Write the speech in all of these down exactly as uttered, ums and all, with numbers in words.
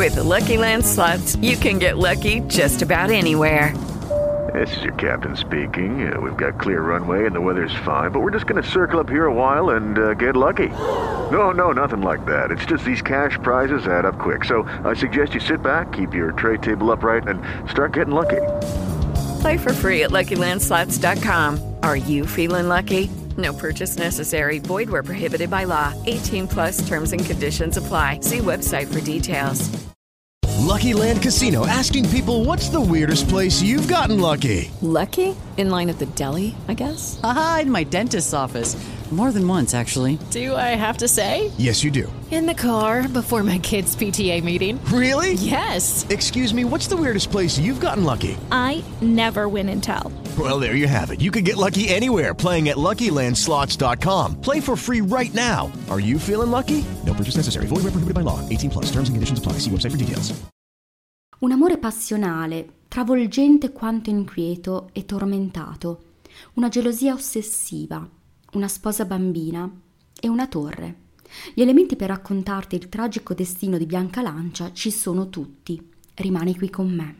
With Lucky Land Slots, you can get lucky just about anywhere. This is your captain speaking. Uh, we've got clear runway and the weather's fine, but we're just going to circle up here a while and uh, get lucky. No, no, nothing like that. It's just these cash prizes add up quick. So I suggest you sit back, keep your tray table upright, and start getting lucky. Play for free at Lucky Land Slots dot com. Are you feeling lucky? No purchase necessary. Void where prohibited by law. eighteen plus terms and conditions apply. See website for details. Lucky Land Casino, asking people, what's the weirdest place you've gotten lucky? Lucky? In line at the deli, I guess? Aha, in my dentist's office. More than once, actually. Do I have to say? Yes, you do. In the car before my kids' P T A meeting. Really? Yes. Excuse me, what's the weirdest place you've gotten lucky? I never win and tell. Well, there you have it. You can get lucky anywhere, playing at Lucky Land Slots dot com. Play for free right now. Are you feeling lucky? No purchase necessary. Void where prohibited by law. eighteen plus. Terms and conditions apply. See website for details. Un amore passionale, travolgente quanto inquieto e tormentato. Una gelosia ossessiva. Una sposa bambina e una torre. Gli elementi per raccontarti il tragico destino di Bianca Lancia ci sono tutti. Rimani qui con me.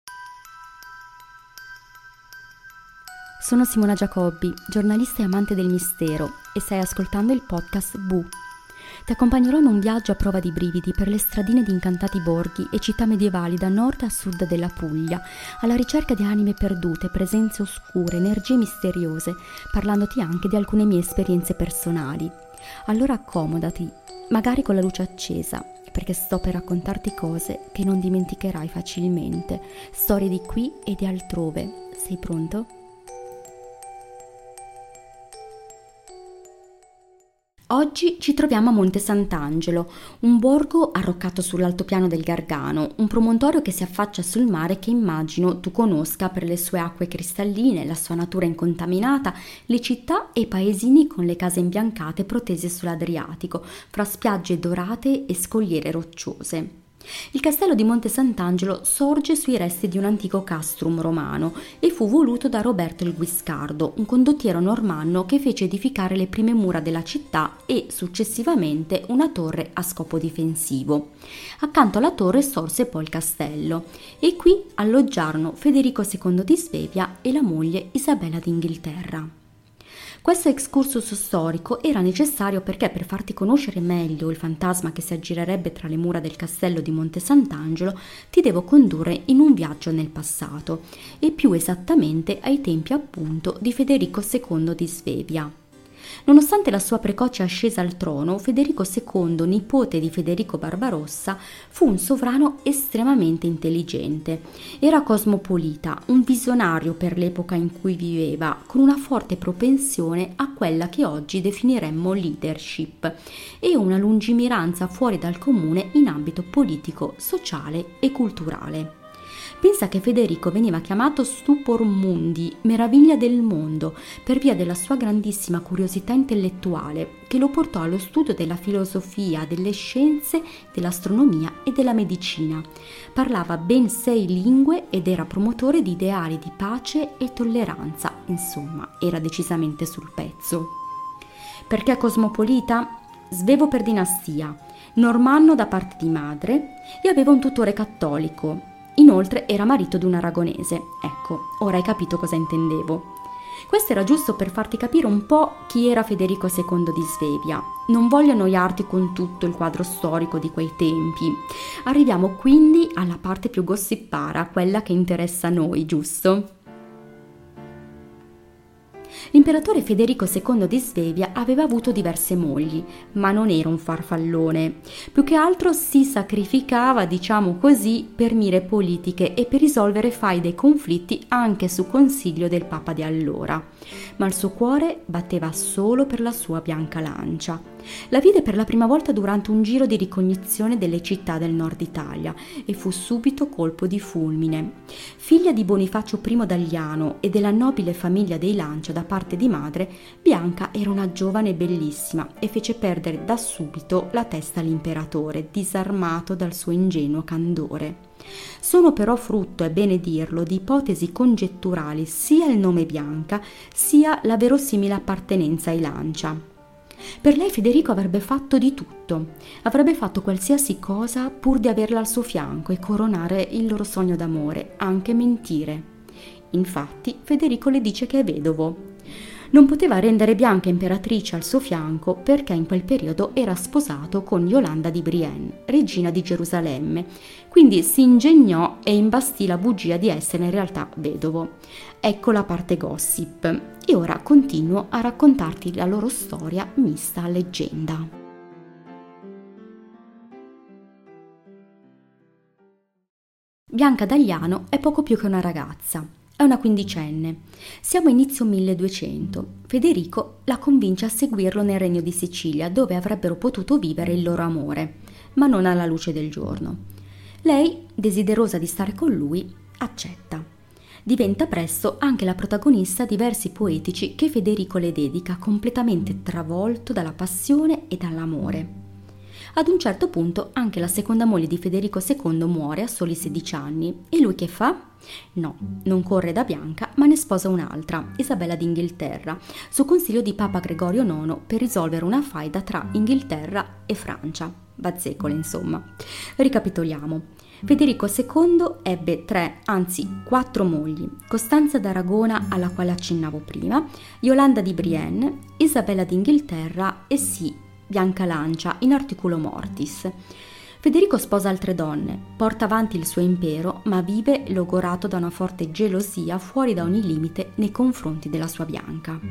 Sono Simona Giacobbi, giornalista e amante del mistero, e stai ascoltando il podcast Bu. Ti accompagnerò in un viaggio a prova di brividi per le stradine di incantati borghi e città medievali da nord a sud della Puglia, alla ricerca di anime perdute, presenze oscure, energie misteriose, parlandoti anche di alcune mie esperienze personali. Allora accomodati, magari con la luce accesa, perché sto per raccontarti cose che non dimenticherai facilmente, storie di qui e di altrove. Sei pronto? Oggi ci troviamo a Monte Sant'Angelo, un borgo arroccato sull'altopiano del Gargano, un promontorio che si affaccia sul mare che immagino tu conosca per le sue acque cristalline, la sua natura incontaminata, le città e i paesini con le case imbiancate protese sull'Adriatico, fra spiagge dorate e scogliere rocciose. Il castello di Monte Sant'Angelo sorge sui resti di un antico castrum romano e fu voluto da Roberto il Guiscardo, un condottiero normanno che fece edificare le prime mura della città e successivamente una torre a scopo difensivo. Accanto alla torre sorse poi il castello e qui alloggiarono Federico secondo di Svevia e la moglie Isabella d'Inghilterra. Questo excursus storico era necessario perché per farti conoscere meglio il fantasma che si aggirerebbe tra le mura del castello di Monte Sant'Angelo ti devo condurre in un viaggio nel passato e più esattamente ai tempi appunto di Federico secondo di Svevia. Nonostante la sua precoce ascesa al trono, Federico secondo, nipote di Federico Barbarossa, fu un sovrano estremamente intelligente. Era cosmopolita, un visionario per l'epoca in cui viveva, con una forte propensione a quella che oggi definiremmo leadership e una lungimiranza fuori dal comune in ambito politico, sociale e culturale. Pensa che Federico veniva chiamato Stupor Mundi, meraviglia del mondo, per via della sua grandissima curiosità intellettuale che lo portò allo studio della filosofia, delle scienze, dell'astronomia e della medicina. Parlava ben sei lingue ed era promotore di ideali di pace e tolleranza, insomma, era decisamente sul pezzo. Perché cosmopolita? Svevo per dinastia, normanno da parte di madre e aveva un tutore cattolico. Inoltre era marito di un aragonese. Ecco, ora hai capito cosa intendevo. Questo era giusto per farti capire un po' chi era Federico secondo di Svevia. Non voglio annoiarti con tutto il quadro storico di quei tempi. Arriviamo quindi alla parte più gossipara, quella che interessa a noi, giusto? L'imperatore Federico secondo di Svevia aveva avuto diverse mogli, ma non era un farfallone. Più che altro si sacrificava, diciamo così, per mire politiche e per risolvere faide e conflitti anche su consiglio del Papa di allora. Ma il suo cuore batteva solo per la sua Bianca Lancia. La vide per la prima volta durante un giro di ricognizione delle città del nord Italia e fu subito colpo di fulmine. Figlia di Bonifacio primo d'Agliano e della nobile famiglia dei Lancia da parte di madre, Bianca era una giovane bellissima e fece perdere da subito la testa all'imperatore, disarmato dal suo ingenuo candore. Sono però frutto, è bene dirlo, di ipotesi congetturali sia il nome Bianca sia la verosimile appartenenza ai Lancia. Per lei Federico avrebbe fatto di tutto, avrebbe fatto qualsiasi cosa pur di averla al suo fianco e coronare il loro sogno d'amore, anche mentire. Infatti Federico le dice che è vedovo. Non poteva rendere Bianca imperatrice al suo fianco perché in quel periodo era sposato con Yolanda di Brienne, regina di Gerusalemme, quindi si ingegnò e imbastì la bugia di essere in realtà vedovo. Ecco la parte gossip. E ora continuo a raccontarti la loro storia mista a leggenda. Bianca Dagliano è poco più che una ragazza. È una quindicenne. Siamo a inizio milleduecento. Federico la convince a seguirlo nel Regno di Sicilia, dove avrebbero potuto vivere il loro amore, ma non alla luce del giorno. Lei, desiderosa di stare con lui, accetta. Diventa presto anche la protagonista di versi poetici che Federico le dedica, completamente travolto dalla passione e dall'amore. Ad un certo punto anche la seconda moglie di Federico secondo muore a soli sedici anni e lui che fa? No, non corre da Bianca, ma ne sposa un'altra, Isabella d'Inghilterra, su consiglio di Papa Gregorio nono per risolvere una faida tra Inghilterra e Francia. Bazzecole, insomma. Ricapitoliamo. Federico secondo ebbe tre, anzi quattro mogli: Costanza d'Aragona, alla quale accennavo prima, Yolanda di Brienne, Isabella d'Inghilterra e sì, Bianca Lancia, in articulo mortis. Federico sposa altre donne, porta avanti il suo impero, ma vive logorato da una forte gelosia fuori da ogni limite nei confronti della sua Bianca.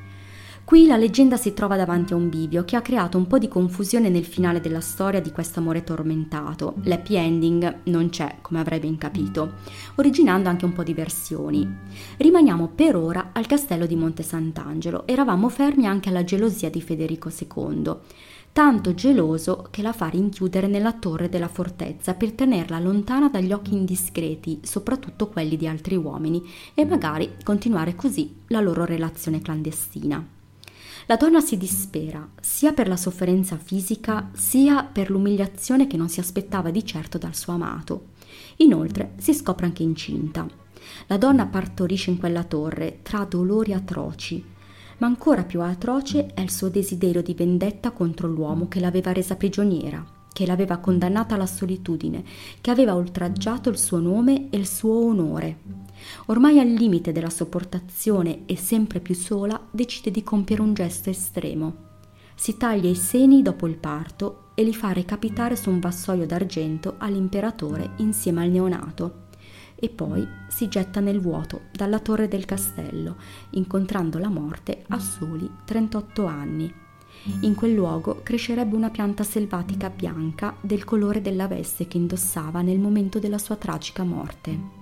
Qui la leggenda si trova davanti a un bivio che ha creato un po' di confusione nel finale della storia di questo amore tormentato. L'happy ending non c'è, come avrei ben capito, originando anche un po' di versioni. Rimaniamo per ora al castello di Monte Sant'Angelo. Eravamo fermi anche alla gelosia di Federico secondo, tanto geloso che la fa rinchiudere nella torre della fortezza per tenerla lontana dagli occhi indiscreti, soprattutto quelli di altri uomini, e magari continuare così la loro relazione clandestina. La donna si dispera, sia per la sofferenza fisica, sia per l'umiliazione che non si aspettava di certo dal suo amato. Inoltre si scopre anche incinta. La donna partorisce in quella torre, tra dolori atroci, ma ancora più atroce è il suo desiderio di vendetta contro l'uomo che l'aveva resa prigioniera, che l'aveva condannata alla solitudine, che aveva oltraggiato il suo nome e il suo onore. Ormai al limite della sopportazione e sempre più sola, decide di compiere un gesto estremo. Si taglia i seni dopo il parto e li fa recapitare su un vassoio d'argento all'imperatore insieme al neonato. E poi si getta nel vuoto dalla torre del castello, incontrando la morte a soli trentotto anni. In quel luogo crescerebbe una pianta selvatica bianca del colore della veste che indossava nel momento della sua tragica morte.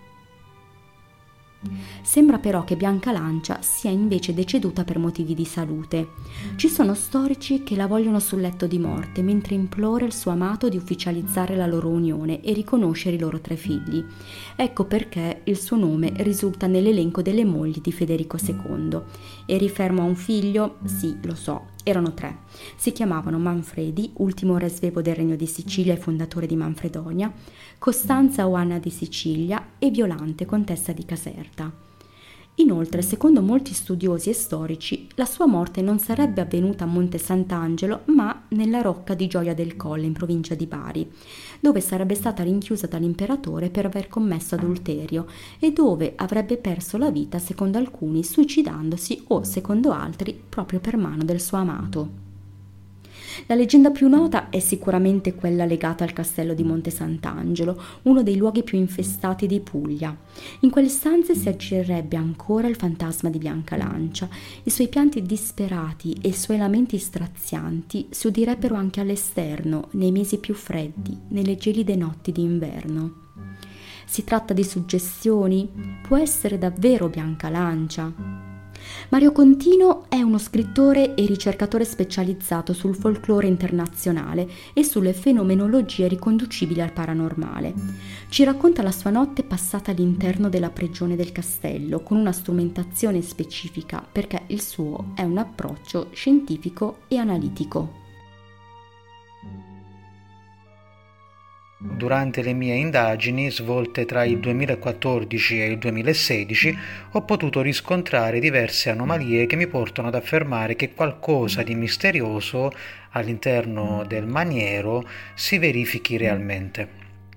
Sembra però che Bianca Lancia sia invece deceduta per motivi di salute. Ci sono storici che la vogliono sul letto di morte mentre implora il suo amato di ufficializzare la loro unione e riconoscere i loro tre figli. Ecco perché il suo nome risulta nell'elenco delle mogli di Federico secondo. Eri fermo a un figlio? Sì, lo so. Erano tre. Si chiamavano Manfredi, ultimo re svevo del Regno di Sicilia e fondatore di Manfredonia, Costanza o Anna di Sicilia e Violante, contessa di Caserta. Inoltre, secondo molti studiosi e storici, la sua morte non sarebbe avvenuta a Monte Sant'Angelo, ma nella rocca di Gioia del Colle, in provincia di Bari, dove sarebbe stata rinchiusa dall'imperatore per aver commesso adulterio e dove avrebbe perso la vita, secondo alcuni, suicidandosi o, secondo altri, proprio per mano del suo amato. La leggenda più nota è sicuramente quella legata al castello di Monte Sant'Angelo, uno dei luoghi più infestati di Puglia. In quelle stanze si aggirerebbe ancora il fantasma di Bianca Lancia. I suoi pianti disperati e i suoi lamenti strazianti si udirebbero anche all'esterno, nei mesi più freddi, nelle gelide notti d'inverno. Si tratta di suggestioni? Può essere davvero Bianca Lancia? Mario Contino è uno scrittore e ricercatore specializzato sul folklore internazionale e sulle fenomenologie riconducibili al paranormale. Ci racconta la sua notte passata all'interno della prigione del castello, con una strumentazione specifica perché il suo è un approccio scientifico e analitico. Durante le mie indagini, svolte tra il duemilaquattordici e il duemilasedici, ho potuto riscontrare diverse anomalie che mi portano ad affermare che qualcosa di misterioso all'interno del maniero si verifichi realmente.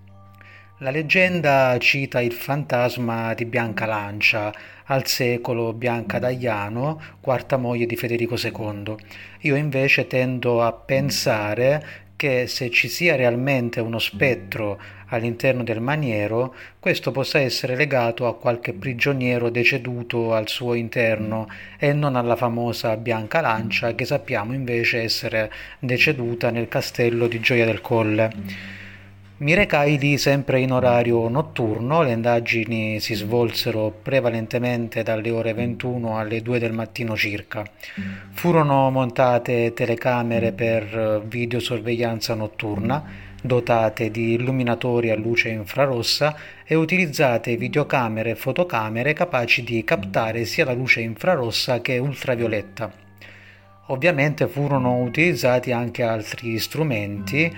La leggenda cita il fantasma di Bianca Lancia, al secolo Bianca d'Aiano, quarta moglie di Federico secondo. Io invece tendo a pensare che se ci sia realmente uno spettro all'interno del maniero, questo possa essere legato a qualche prigioniero deceduto al suo interno e non alla famosa Bianca Lancia, che sappiamo invece essere deceduta nel castello di Gioia del Colle. Mi recai lì sempre in orario notturno, le indagini si svolsero prevalentemente dalle ore ventuno alle due del mattino circa. Furono montate telecamere per videosorveglianza notturna, dotate di illuminatori a luce infrarossa e utilizzate videocamere e fotocamere capaci di captare sia la luce infrarossa che ultravioletta. Ovviamente furono utilizzati anche altri strumenti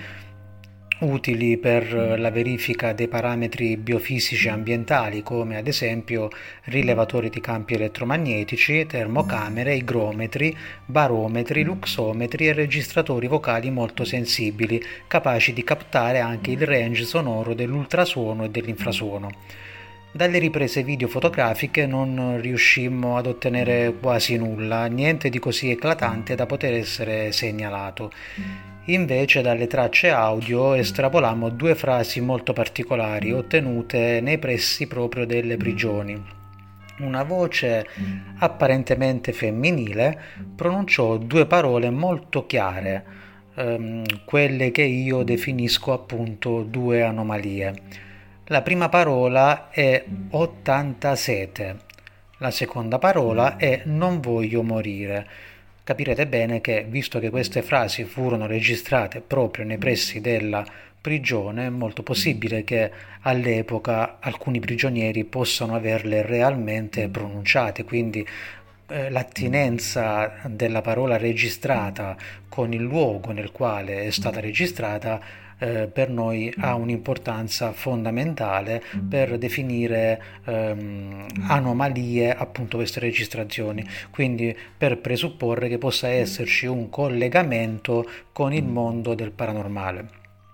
utili per la verifica dei parametri biofisici ambientali, come ad esempio rilevatori di campi elettromagnetici, termocamere, igrometri, barometri, luxometri e registratori vocali molto sensibili, capaci di captare anche il range sonoro dell'ultrasuono e dell'infrasuono. Dalle riprese video fotografiche non riuscimmo ad ottenere quasi nulla, niente di così eclatante da poter essere segnalato. Invece dalle tracce audio estrapolammo due frasi molto particolari ottenute nei pressi proprio delle prigioni. Una voce apparentemente femminile pronunciò due parole molto chiare, ehm, quelle che io definisco appunto due anomalie. La prima parola è ho tanta sete, la seconda parola è non voglio morire. Capirete bene che, visto che queste frasi furono registrate proprio nei pressi della prigione, è molto possibile che all'epoca alcuni prigionieri possano averle realmente pronunciate, quindi eh, l'attinenza della parola registrata con il luogo nel quale è stata registrata Eh, per noi ha un'importanza fondamentale per definire ehm, anomalie appunto queste registrazioni, quindi per presupporre che possa esserci un collegamento con il mondo del paranormale.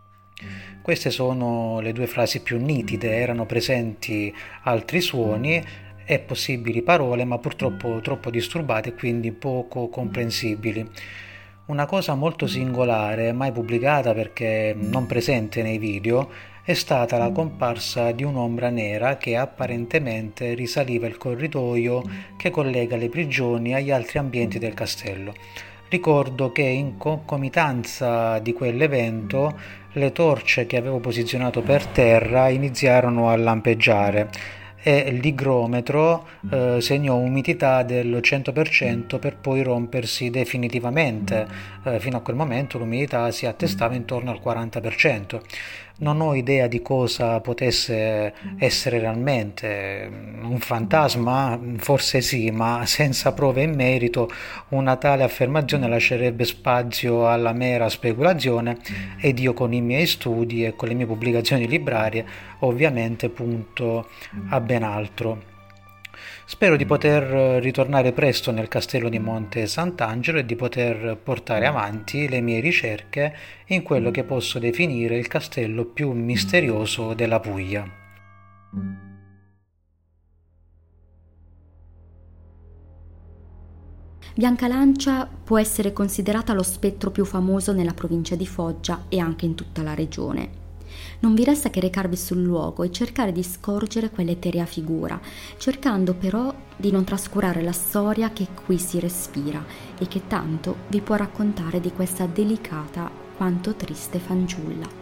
Queste sono le due frasi più nitide, erano presenti altri suoni e possibili parole, ma purtroppo troppo disturbate e quindi poco comprensibili. Una cosa molto singolare, mai pubblicata perché non presente nei video, è stata la comparsa di un'ombra nera che apparentemente risaliva il corridoio che collega le prigioni agli altri ambienti del castello. Ricordo che in concomitanza di quell'evento le torce che avevo posizionato per terra iniziarono a lampeggiare e l'igrometro eh, segnò umidità del cento per cento per poi rompersi definitivamente. Eh, fino a quel momento l'umidità si attestava intorno al quaranta per cento. Non ho idea di cosa potesse essere realmente un fantasma, forse sì, ma senza prove in merito una tale affermazione lascerebbe spazio alla mera speculazione ed io con i miei studi e con le mie pubblicazioni librarie ovviamente punto a ben altro. Spero di poter ritornare presto nel castello di Monte Sant'Angelo e di poter portare avanti le mie ricerche in quello che posso definire il castello più misterioso della Puglia. Bianca Lancia può essere considerata lo spettro più famoso nella provincia di Foggia e anche in tutta la regione. Non vi resta che recarvi sul luogo e cercare di scorgere quell'eterea figura, cercando però di non trascurare la storia che qui si respira e che tanto vi può raccontare di questa delicata quanto triste fanciulla.